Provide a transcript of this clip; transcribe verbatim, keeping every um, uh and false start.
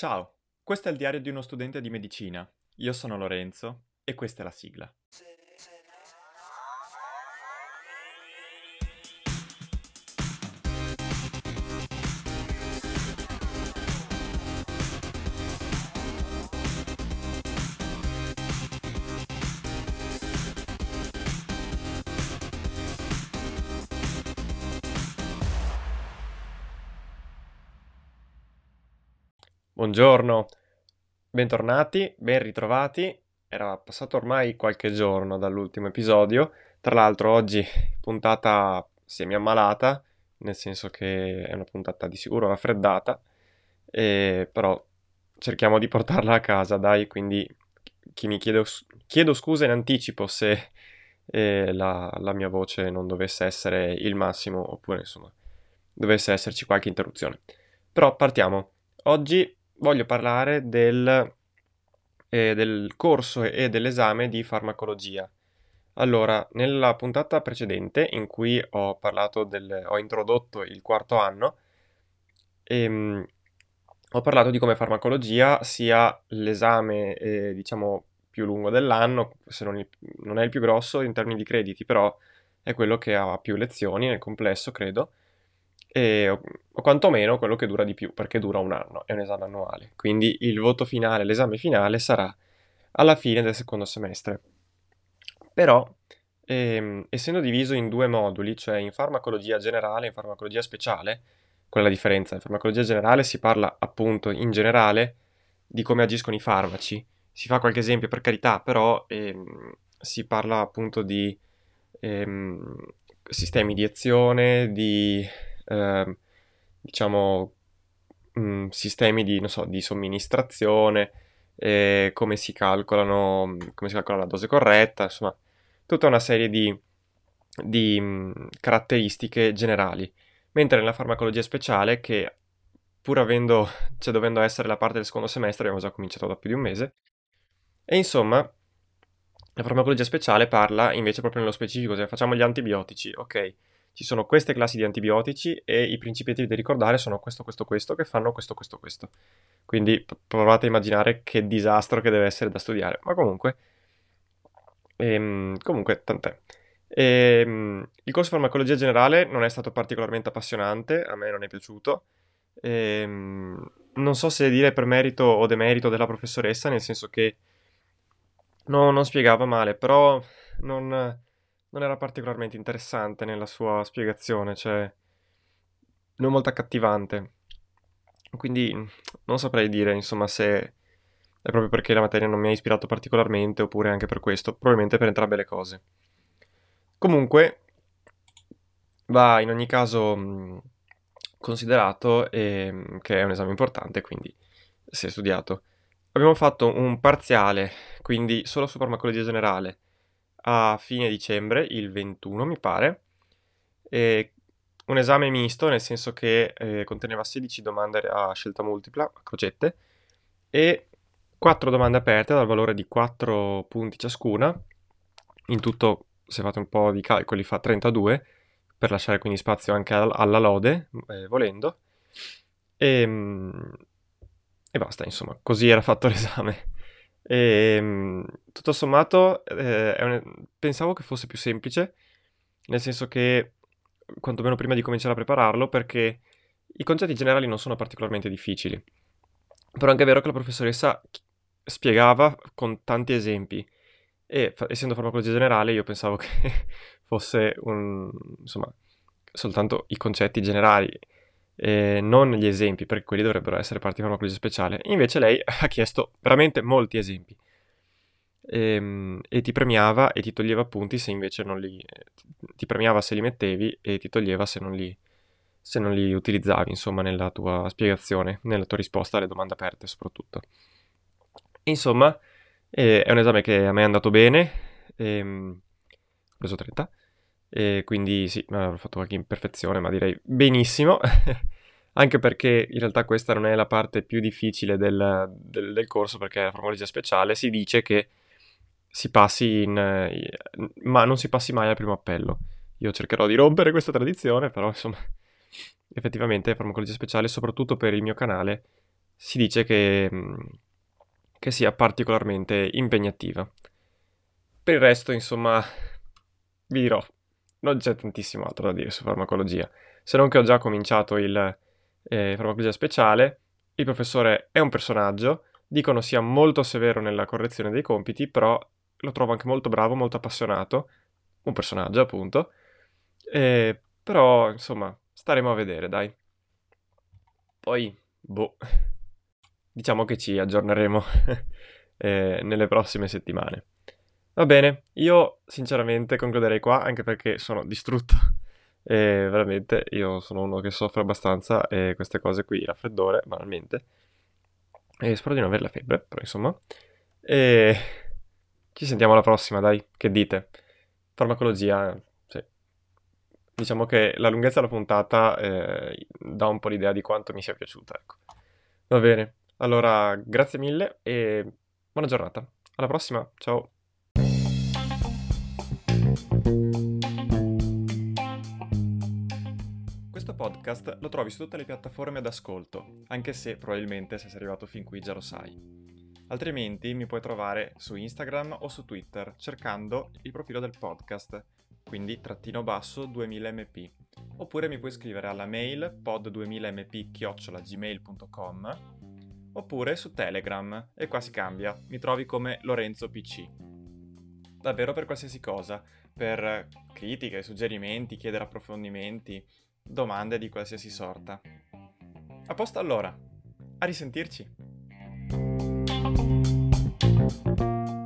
Ciao, questo è il diario di uno studente di medicina. Io sono Lorenzo e questa è la sigla. Buongiorno, bentornati, ben ritrovati. Era passato ormai qualche giorno dall'ultimo episodio. Tra l'altro oggi puntata semi-ammalata, nel senso che è una puntata di sicuro raffreddata, e però cerchiamo di portarla a casa, dai, quindi chi mi chiedo, chiedo scusa in anticipo se eh, la, la mia voce non dovesse essere il massimo, oppure insomma dovesse esserci qualche interruzione. Però partiamo. Oggi voglio parlare del, eh, del corso e dell'esame di farmacologia. Allora, nella puntata precedente in cui ho parlato del, ho introdotto il quarto anno, ehm, ho parlato di come farmacologia sia l'esame, eh, diciamo, più lungo dell'anno, se non, il- non è il più grosso in termini di crediti, però è quello che ha più lezioni nel complesso, credo, e, o, o quantomeno quello che dura di più, perché dura un anno, è un esame annuale. Quindi il voto finale, l'esame finale sarà alla fine del secondo semestre. Però, ehm, essendo diviso in due moduli, cioè in farmacologia generale e in farmacologia speciale, qual è la differenza? In farmacologia generale si parla appunto in generale di come agiscono i farmaci. Si fa qualche esempio per carità, però ehm, si parla appunto di ehm, sistemi di azione, di ehm, diciamo mh, sistemi di, non so, di somministrazione, eh, come si calcolano, come si calcola la dose corretta, insomma, tutta una serie di, di mh, caratteristiche generali. Mentre nella farmacologia speciale, che pur avendo, cioè dovendo essere la parte del secondo semestre, abbiamo già cominciato da più di un mese, e insomma, la farmacologia speciale parla invece proprio nello specifico, se facciamo gli antibiotici, ok, ci sono queste classi di antibiotici e i principi da ricordare sono questo, questo, questo, che fanno questo, questo, questo. Quindi p- provate a immaginare che disastro che deve essere da studiare, ma comunque, ehm, comunque, tant'è. Ehm, il corso farmacologia generale non è stato particolarmente appassionante, a me non è piaciuto. Ehm, non so se dire per merito o demerito della professoressa, nel senso che no, non spiegava male, però non, non era particolarmente interessante nella sua spiegazione, cioè non molto accattivante. Quindi non saprei dire, insomma, se è proprio perché la materia non mi ha ispirato particolarmente oppure anche per questo, probabilmente per entrambe le cose. Comunque, va in ogni caso mh, considerato ehm, che è un esame importante, quindi si è studiato. Abbiamo fatto un parziale, quindi solo su farmacologia generale, a fine dicembre, il ventuno mi pare, e un esame misto, nel senso che eh, conteneva sedici domande a scelta multipla, a crocette, e quattro domande aperte dal valore di quattro punti ciascuna. In tutto, se fate un po' di calcoli, fa trentadue, per lasciare quindi spazio anche al- alla lode, eh, volendo. E, mm, e basta, insomma, così era fatto l'esame. E, mm, tutto sommato, eh, è un- pensavo che fosse più semplice, nel senso che, quantomeno prima di cominciare a prepararlo, perché i concetti generali non sono particolarmente difficili. Però è anche vero che la professoressa chi- spiegava con tanti esempi e fa- essendo farmacologia generale io pensavo che fosse un, insomma, soltanto i concetti generali e non gli esempi, perché quelli dovrebbero essere parte di farmacologia speciale. Invece lei ha chiesto veramente molti esempi e, e ti premiava e ti toglieva punti se invece non li... ti premiava se li mettevi e ti toglieva se non li, se non li utilizzavi, insomma, nella tua spiegazione, nella tua risposta alle domande aperte soprattutto. Insomma, eh, è un esame che a me è andato bene, ehm, ho preso trenta, e quindi sì, eh, ho fatto qualche imperfezione, ma direi benissimo, anche perché in realtà questa non è la parte più difficile del, del- del corso, perché è la farmacologia speciale, si dice che si passi in... eh, ma non si passi mai al primo appello. Io cercherò di rompere questa tradizione, però insomma, effettivamente farmacologia speciale, soprattutto per il mio canale, si dice che, che sia particolarmente impegnativa. Per il resto, insomma, vi dirò, non c'è tantissimo altro da dire su farmacologia, se non che ho già cominciato il eh, farmacologia speciale. Il professore è un personaggio, dicono sia molto severo nella correzione dei compiti, però lo trovo anche molto bravo, molto appassionato, un personaggio appunto, e, però insomma staremo a vedere, dai. Poi, boh, diciamo che ci aggiorneremo eh, nelle prossime settimane. Va bene, io sinceramente concluderei qua, anche perché sono distrutto. E veramente io sono uno che soffre abbastanza e queste cose qui, raffreddore, banalmente. E spero di non avere la febbre, però insomma. E ci sentiamo alla prossima, dai, che dite? Farmacologia, sì. Diciamo che la lunghezza della puntata eh, dà un po' l'idea di quanto mi sia piaciuta, ecco. Va bene, allora grazie mille e buona giornata. Alla prossima, ciao. Questo podcast lo trovi su tutte le piattaforme ad ascolto, anche se probabilmente se sei arrivato fin qui già lo sai. Altrimenti mi puoi trovare su Instagram o su Twitter cercando il profilo del podcast, quindi trattino basso duemila m p. Oppure mi puoi scrivere alla mail pod duemila m p chiocciola gmail punto com, oppure su Telegram, e qua si cambia, mi trovi come Lorenzo P C. Davvero per qualsiasi cosa, per critiche, suggerimenti, chiedere approfondimenti, domande di qualsiasi sorta. A posto allora, a risentirci!